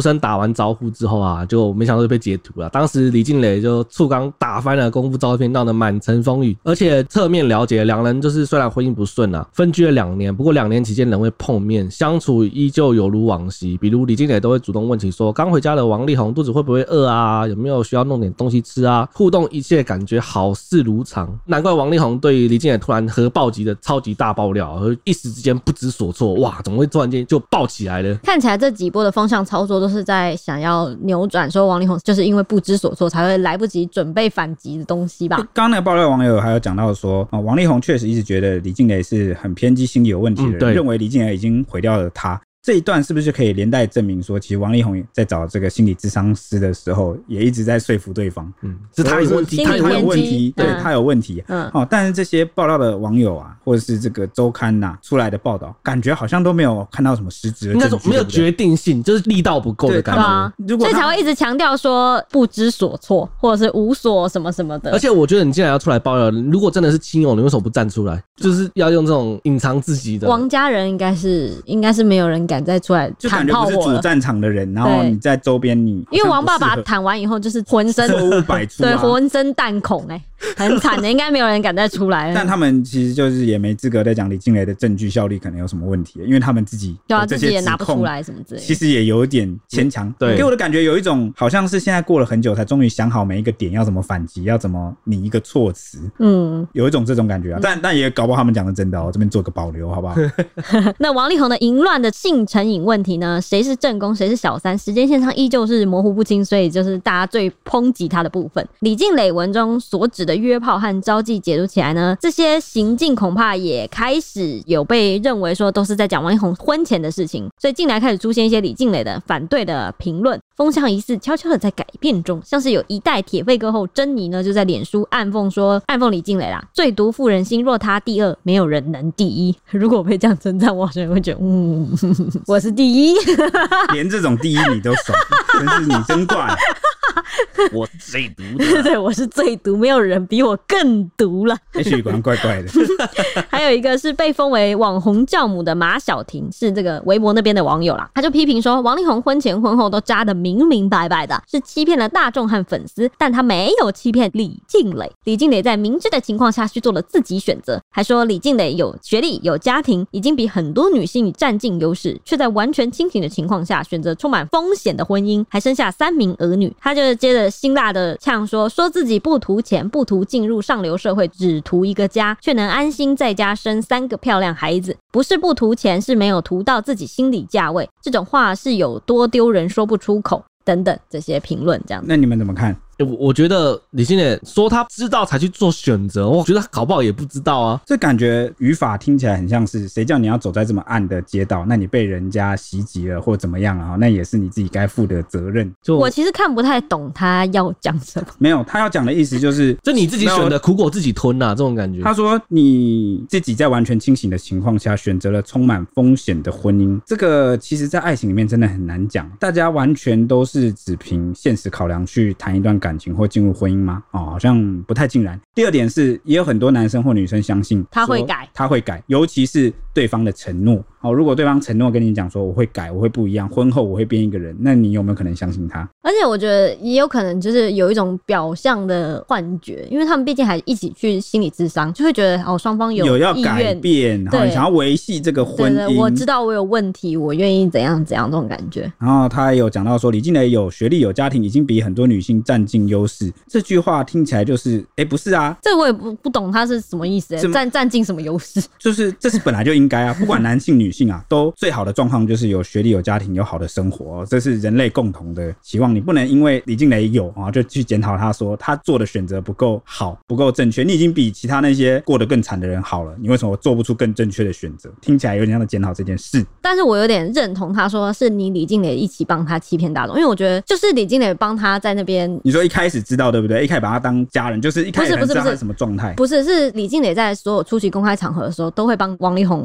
生打完招呼之后啊，就没想到就被截图了。当时李静蕾就触刚打翻了功夫照片，闹得满城风雨。而且侧面了解，两人就是虽然婚姻不顺啊，分居了两年，不过两年期间仍会碰面，相处依旧有如往昔。比如李静蕾都会主动问起说，刚回家的王力宏肚子会不会饿啊？有没有需要弄点东西吃啊？互动一切感觉好似如常。难怪王力宏对于李静蕾突然核爆级的超级大爆料，而一时之间不知所措。哇，怎么会突然间就爆起来了？ 看起来这几波的风向操作都是在想要扭转，说王力宏就是因为不知所措才会来不及准备反击的东西吧。 刚刚那个爆料网友还有讲到说、哦、王力宏确实一直觉得李静蕾是很偏激心理有问题的人、嗯、认为李静蕾已经毁掉了他。这一段是不是就可以连带证明说，其实王力宏在找这个心理咨商师的时候，也一直在说服对方， 嗯，是他有问题， 他有问题，对、嗯、他有问题，嗯，哦，但是这些爆料的网友啊，或者是这个周刊呐、啊、出来的报道，感觉好像都没有看到什么实质的证据， 应该没有决定性，就是力道不够的感觉， 啊，所以才会一直强调说不知所措，或者是无所什么什么的。 而且我觉得你既然要出来爆料，如果真的是亲友，你为什么不站出来？就是要用这种隐藏自己的。 王家人应该是应该是没有人敢再出来。 就感觉不是主战场的人，然后你在周边你， 因为王爸爸谈完以后就是浑身错误百出、啊， 对，浑身弹孔哎、欸，很惨的，应该没有人敢再出来了。 但他们其实就是也没资格在讲李静蕾的证据效力可能有什么问题，因为他们自己对啊，自己也拿不出来什么之类的， 其实也有点牵强、嗯。对，给我的感觉有一种好像是现在过了很久才终于想好每一个点要怎么反击，要怎么拟一个措辞，嗯，有一种这种感觉啊。嗯、但但也搞不好他们讲的真的、哦，我这边做个保留好不好？ 那王力宏的淫乱的性成瘾问题呢？谁是正宫谁是小三，时间线上依旧是模糊不清，所以就是大家最抨击他的部分。李静蕾文中所指的约炮和招妓解读起来呢，这些行径恐怕也开始有被认为说都是在讲王力宏婚前的事情，所以近来开始出现一些李静蕾的反对的评论，风向疑似悄悄的在改变中。像是有一代铁肺歌后珍妮呢，就在脸书暗讽说，暗讽李静蕾啦，最毒妇人心，若她第二，没有人能第一。如果我被这样称赞，我好像会觉得，嗯，我是第一。 连这种第一你都爽，真是你真怪。 我是最毒的，对对，我是最毒，没有人比我更毒了。 也许果然怪怪的。 还有一个是被封为网红教母的马小婷，是这个微博那边的网友啦，他就批评说，王力宏婚前婚后都扎得明明白白的，是欺骗了大众和粉丝，但他没有欺骗李静蕾。李静蕾在明知的情况下去做了自己选择，还说李静蕾有学历有家庭，已经比很多女性占尽优势，却在完全清醒的情况下选择充满风险的婚姻，还生下三名儿女。他就接着辛辣的呛说，说自己不图钱，不图进入上流社会，只图一个家，却能安心在家生三个漂亮孩子。不是不图钱，是没有图到自己心理价位。这种话是有多丢人说不出口，等等这些评论这样。 那你们怎么看？ 我觉得李静蕾说他知道才去做选择，我觉得搞不好也不知道啊。 这感觉语法听起来很像是，谁叫你要走在这么暗的街道，那你被人家袭击了或怎么样啊，那也是你自己该负的责任。 就我其实看不太懂他要讲什么。 没有，他要讲的意思就是， 就你自己选的苦果自己吞啊，这种感觉。 他说你自己在完全清醒的情况下选择了充满风险的婚姻，这个其实在爱情里面真的很难讲。大家完全都是只凭现实考量去谈一段感情或进入婚姻吗？哦，好像不太尽然。第二点是，也有很多男生或女生相信他会改， 他会改，尤其是对方的承诺。哦，如果对方承诺跟你讲说我会改，我会不一样，婚后我会变一个人，那你有没有可能相信他？ 而且我觉得也有可能就是有一种表象的幻觉，因为他们毕竟还一起去心理咨商，就会觉得哦双方有有要改变，然后想要维系这个婚姻。 对对，我知道我有问题，我愿意怎样怎样这种感觉。 然后他也有讲到说，李静蕾有学历有家庭，已经比很多女性占尽优势。这句话听起来就是，哎，不是啊， 这我也不不懂他是什么意思，占占尽什么优势？ 就是这是本来就应该啊，不管男性女性啊，都最好的状况就是有学历有家庭有好的生活、哦，这是人类共同的期望。你不能因为李静蕾有啊，就去检讨他说他做的选择不够好，不够正确。你已经比其他那些过得更惨的人好了，你为什么做不出更正确的选择？听起来有点像在检讨这件事。 但是我有点认同他说是你李静蕾一起帮他欺骗大众，因为我觉得就是李静蕾帮他在那边。 你说一开始知道对不对？一开始把他当家人，就是一开始知道他是什么状态。 不是，是李静蕾在所有出席公开场合的时候，都会帮王力宏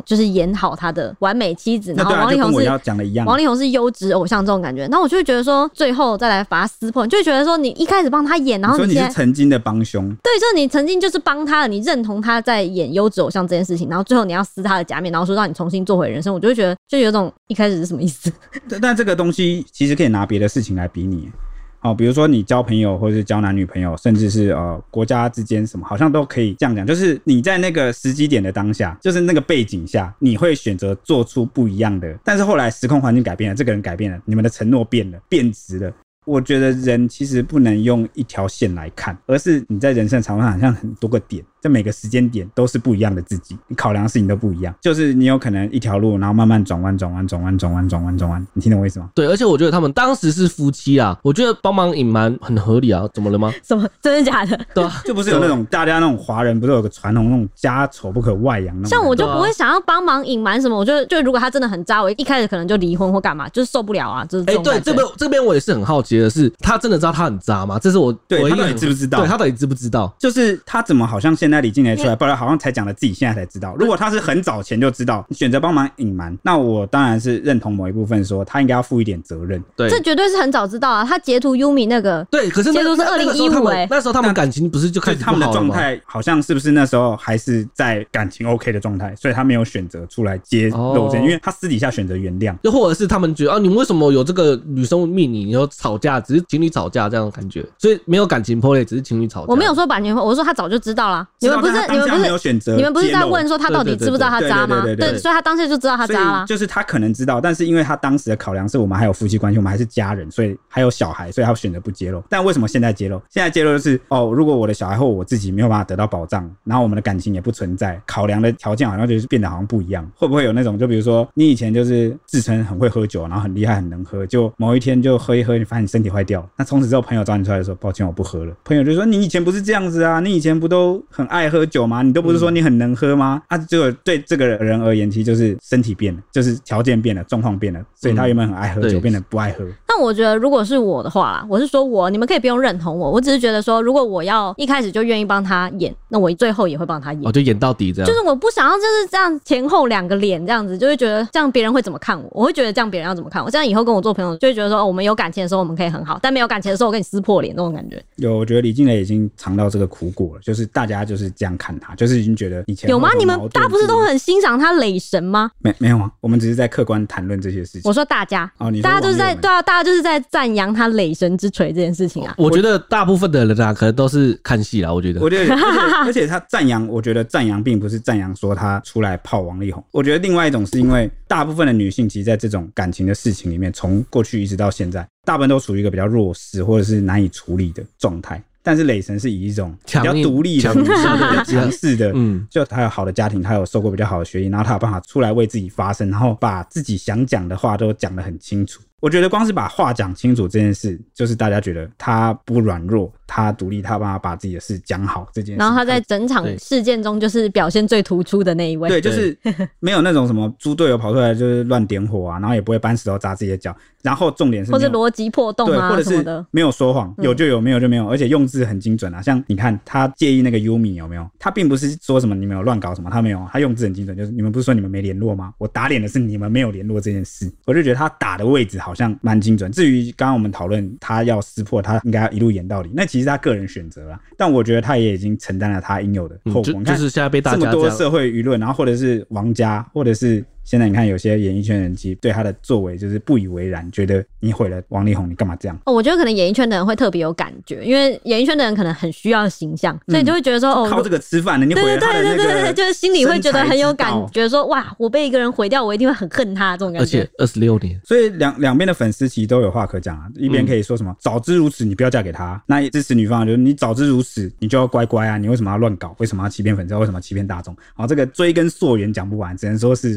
就是演好他的完美妻子，然后王力宏是要讲的一样， 王力宏是优质偶像这种感觉。那我就会觉得说，最后再来把他撕破，你就会觉得说，你一开始帮他演，然后你现在你是曾经的帮凶， 对，就是你曾经就是帮他了，你认同他在演优质偶像这件事情，然后最后你要撕他的假面，然后说让你重新做回人生，我就会觉得就有种一开始是什么意思？ 但这个东西其实可以拿别的事情来比拟。哦，比如说你交朋友，或者是交男女朋友，甚至是呃国家之间什么，好像都可以这样讲。就是你在那个时机点的当下，就是那个背景下，你会选择做出不一样的。但是后来时空环境改变了，这个人改变了，你们的承诺变了，变质了。我觉得人其实不能用一条线来看，而是你在人生长度上好像很多个点，在每个时间点都是不一样的自己，你考量的事情都不一样。就是你有可能一条路，然后慢慢转弯转弯转弯转弯转弯转弯，你听懂我意思吗？ 对，而且我觉得他们当时是夫妻啊，我觉得帮忙隐瞒很合理啊。怎么了吗？ 什么？真的假的？ 对啊， 就不是有那种大家那种华人不是有个传统那种家丑不可外扬那种， 像我就不会想要帮忙隐瞒什么。我觉得就如果他真的很渣，我一开始可能就离婚或干嘛，就是受不了啊，就是这种感觉。 哎，对，这边这边我也是很好奇的是，他真的知道他很渣吗？这是我对他到底知不知道？ 对他到底知不知道？ 就是他怎么好像现在李静蕾出来，不然好像才讲了自己现在才知道。如果他是很早前就知道，选择帮忙隐瞒，那我当然是认同某一部分说他应该要负一点责任。 对， 这绝对是很早知道啊。他截图 Yumi 那个， 对，可是截图是二零一五哎， 那时候他们感情不是就开始不好了吗？ 他们的状态好像是不是那时候还是在感情 OK 的状态，所以他没有选择出来揭露这，因为他私底下选择原谅， 又或者是他们觉得啊，你为什么有这个女生密你？你有吵架，只是情侣吵架这样的感觉，所以没有感情破裂，只是情侣吵架。 我没有说感情破裂，我说他早就知道了。你们不是你们不是没有选择， 你们不是在问说他到底知不知道他渣吗？对，所以他当时就知道他渣了。 就是他可能知道，但是因为他当时的考量是我们还有夫妻关系，我们还是家人，所以还有小孩，所以他选择不揭露。但为什么现在揭露？现在揭露就是哦，如果我的小孩或我自己没有办法得到保障，然后我们的感情也不存在，考量的条件好像就是变得好像不一样。会不会有那种，就比如说你以前就是自称很会喝酒，然后很厉害很能喝，就某一天就喝一喝，你发现你身体坏掉了，那从此之后朋友找你出来说抱歉我不喝了，朋友就说你以前不是这样子啊，你以前不都很爱喝酒吗？你都不是说你很能喝吗？啊，结果对这个人而言，其实就是身体变了，就是条件变了，状况变了，所以他原本很爱喝酒，嗯、变得不爱喝。 那我觉得，如果是我的话啦，我是说我，你们可以不用认同我，我只是觉得说，如果我要一开始就愿意帮他演，那我最后也会帮他演， 哦，就演到底这样。 就是我不想要就是这样前后两个脸这样子，就会觉得这样别人会怎么看我？我会觉得这样别人要怎么看我？这样以后跟我做朋友就会觉得说，哦，我们有感情的时候我们可以很好，但没有感情的时候我跟你撕破脸那种感觉。 有，我觉得李静蕾已经尝到这个苦果了，就是大家就是这样看他，就是已经觉得以前有吗？你们大家不是都很欣赏他累神吗？ 没没有啊，我们只是在客观谈论这些事情。 我说大家， 哦，你大家就是在对啊，大家就是在赞扬他累神之锤这件事情啊。 我觉得大部分的人啊，可能都是看戏啦。我觉得， 我觉得，而且而且他赞扬，我觉得赞扬并不是赞扬说他出来泡王力宏。我觉得另外一种是因为大部分的女性其实在这种感情的事情里面，从过去一直到现在，大部分都处于一个比较弱势或者是难以处理的状态。但是磊神是以一种比较独立的、比较强势的，嗯，就他有好的家庭，他有受过比较好的学历，然后他有办法出来为自己发声，然后把自己想讲的话都讲得很清楚。我觉得光是把话讲清楚这件事，就是大家觉得他不软弱，他独立，他办法把自己的事讲好这件事。 然后他在整场事件中就是表现最突出的那一位。 对，就是没有那种什么猪队友跑出来就是乱点火啊，然后也不会搬石头砸自己的脚。然后重点是， 或是逻辑破洞啊， 对，或者是没有说谎，有就有，没有就没有，而且用字很精准啊。像你看他介意那个 Yumi 有没有？他并不是说什么你们有乱搞什么，他没有，他用字很精准，就是你们不是说你们没联络吗？我打脸的是你们没有联络这件事。我就觉得他打的位置好像蛮精准。至于刚刚我们讨论他要撕破，他应该要一路演到底，那其实他个人选择啦。但我觉得他也已经承担了他应有的后果。 嗯、就, 就是现在被大家这么多社会舆论，然后或者是王家，或者是现在你看有些演艺圈人其实对他的作为就是不以为然，觉得你毁了王力宏，你干嘛这样？ 哦，我觉得可能演艺圈的人会特别有感觉，因为演艺圈的人可能很需要形象，所以就会觉得说，嗯、哦， 靠这个吃饭的，你毁了他的那个，对对对对对， 就是心里会觉得很有感觉，说哇，我被一个人毁掉，我一定会很恨他这种感觉。 而且二十六年， 所以两两边的粉丝其实都有话可讲啊。一边可以说什么、嗯、早知如此，你不要嫁给他；那支持女方就是你早知如此，你就要乖乖啊，你为什么要乱搞？为什么要欺骗粉丝？为什么要欺骗大众？好，这个追根溯源讲不完，只能说是个人选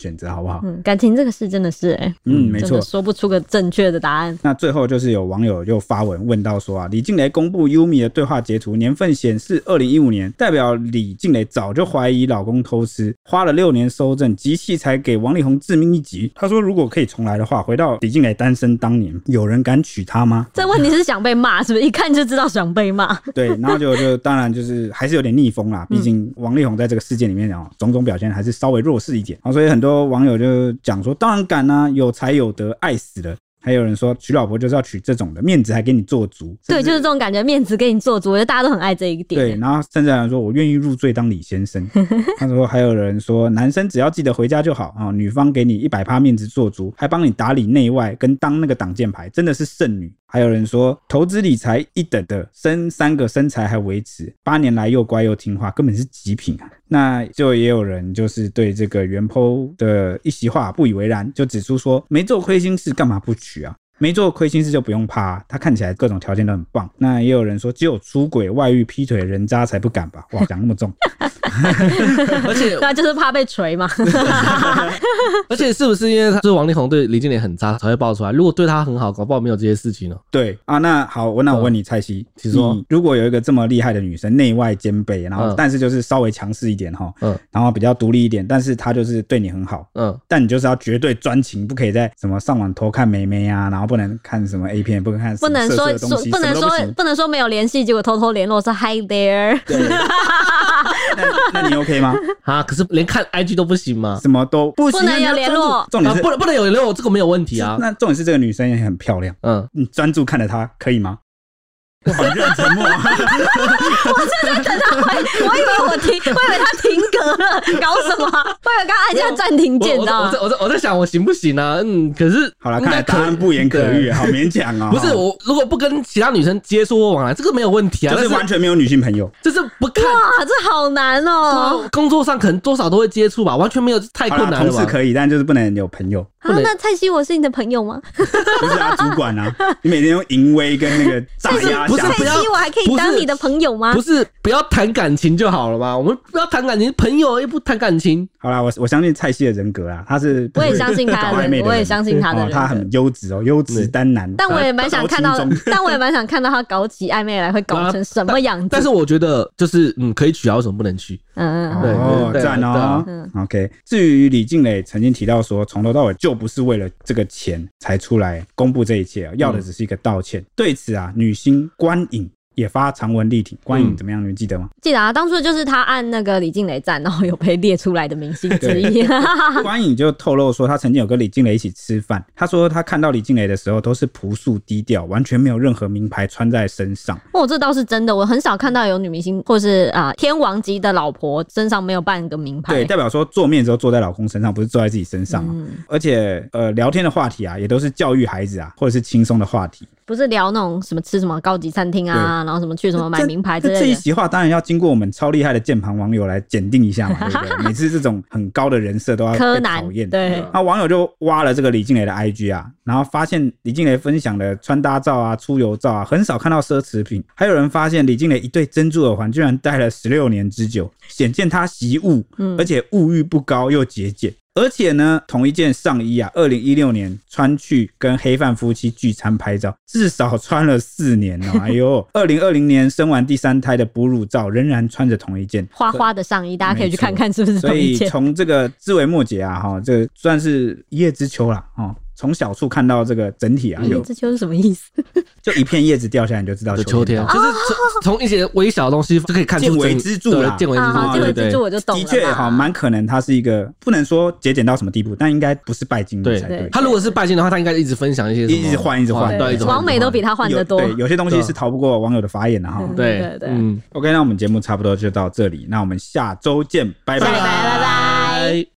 选择，好不好？ 嗯，感情这个事真的是哎、欸， 嗯，没错， 说不出个正确的答案。 那最后就是有网友又发文问到说啊，李静蕾公布 Yumi 的对话截图，年份显示二零一五年，代表李静蕾早就怀疑老公偷吃，花了六年搜证，集气才给王力宏致命一击。他说，如果可以重来的话，回到李静蕾单身当年，有人敢娶她吗？ 这问题是想被骂，是不是？一看就知道想被骂。 对，然后就就当然就是还是有点逆风啦，毕竟王力宏在这个事件里面哦，种种表现还是稍微弱势一点，所以很多网友就讲说，当然敢啊，有才有德，爱死了。还有人说娶老婆就是要娶这种的，面子还给你做足。 对，就是这种感觉，面子给你做足，我觉得大家都很爱这一点。 对，然后甚至还有人说我愿意入赘当李先生。他说还有人说男生只要记得回家就好、哦、女方给你 百分之百 面子做足，还帮你打理内外跟当那个挡箭牌，真的是圣女。还有人说投资理财一等的，生三个身材还维持，八年来又乖又听话，根本是极品啊。那就也有人就是对这个原 po 的一席话不以为然，就指出说没做亏心事干嘛不娶啊，没做亏心事就不用怕、啊、他看起来各种条件都很棒。那也有人说只有出轨外遇劈腿人渣才不敢吧，哇讲那么重。 而且那就是怕被锤嘛。 而且是不是因为他就是王力宏对李静蕾很渣才会爆出来，如果对他很好搞不好没有这些事情呢？ 对啊，那好，那我问你蔡西， 其实说如果有一个这么厉害的女生内外兼备，然后但是就是稍微强势一点齁、嗯、然后比较独立一点，但是她就是对你很好，嗯，但你就是要绝对专情，不可以在什么上网偷看妹妹啊，然后不能看什么 A 片，不能看什么色色的东西， 不能说不能说不能说没有联系结果偷偷联络说 Hi there。 对。 那, 那你 OK 吗？ 啊，可是连看 I G 都不行吗？ 什么都不行， 不能有联络， 重点是、 啊、不能不能有联络，这个没有问题啊。 那重点是这个女生也很漂亮，嗯，你专注看着她可以吗？好认沉默。 我真的等他回，我以为我停，我以为他停格了，搞什么？我以为刚按下暂停键，你知道吗？ 我在我在想我行不行啊？嗯，可是好了，看来答案不言可喻，好勉强哦。 不是我，如果不跟其他女生接触或往来，这个没有问题啊， 就是完全没有女性朋友， 就是不看。 哇，这好难哦。 工作上可能多少都会接触吧，完全没有，太困难了吧。 同事可以，但就是不能有朋友。 啊，那蔡西我是你的朋友吗？ 不是啊，主管啊，你每天用淫威跟那个炸压下， 蔡西我还可以当你的朋友吗？ 不是，不要谈感情就好了吗？我们不要谈感情，朋友又不谈感情。 好啦，我我相信蔡西的人格啦，他是我也相信他的人，我也相信他的人、 哦，他很优质哦，优质单男。 但我也蛮想看到，但我也蛮想看到他搞起暧昧来会搞成什么样子。 但是我觉得就是嗯，可以娶啊，为什么不能娶？ 嗯嗯，哦，赞哦。嗯 ，OK。至于李静蕾曾经提到说，从头到尾就不是为了这个钱才出来公布这一切，要的只是一个道歉。嗯、对此啊，女星关颖也发长文力挺。关颖怎么样？你们记得吗？ 记得啊，当初就是他按那个李静蕾赞，然后有被列出来的明星之一。 关颖就透露说，他曾经有跟李静蕾一起吃饭。他说他看到李静蕾的时候都是朴素低调，完全没有任何名牌穿在身上。 哦，这倒是真的，我很少看到有女明星或是啊、呃、天王级的老婆身上没有半个名牌。 对，代表说做面之后坐在老公身上，不是坐在自己身上、啊嗯、而且呃聊天的话题啊，也都是教育孩子啊，或者是轻松的话题。 不是聊那种什么吃什么高级餐厅啊，然后什么去什么买名牌之类的。 这一席话当然要经过我们超厉害的键盘网友来检定一下嘛，对不对？每次这种很高的人设都要被讨厌。对，那网友就挖了这个李静蕾的 I G 啊，然后发现李静蕾分享的穿搭照啊、出游照啊，很少看到奢侈品。还有人发现李静蕾一对珍珠耳环居然戴了十六年之久，显见她习物，嗯、而且物欲不高又节俭。而且呢，同一件上衣啊，二零一六年穿去跟黑范夫妻聚餐拍照，至少穿了四年哦。哎呦，二零二零年生完第三胎的哺乳照，仍然穿着同一件花花的上衣，大家可以去看看是不是同一件。 所以从这个枝微末节啊，哈，这个算是一叶知秋啦，哈。从小处看到这个整体啊， 一叶知秋是什么意思？ 就一片叶子掉下来，你就知道秋天。 就是从一些微小的东西就可以看出见微知著啦， 见微知著， 见微知著我就懂了。 的确哈，蛮可能它是一个不能说节俭到什么地步，但应该不是拜金的才对。 他如果是拜金的话，他应该一直分享一些， 一直换，一直换， 网美都比他换得多。 对，有些东西是逃不过网友的法眼的哈。 对对对，嗯 ，OK， 那我们节目差不多就到这里，那我们下周见，拜拜拜拜拜拜。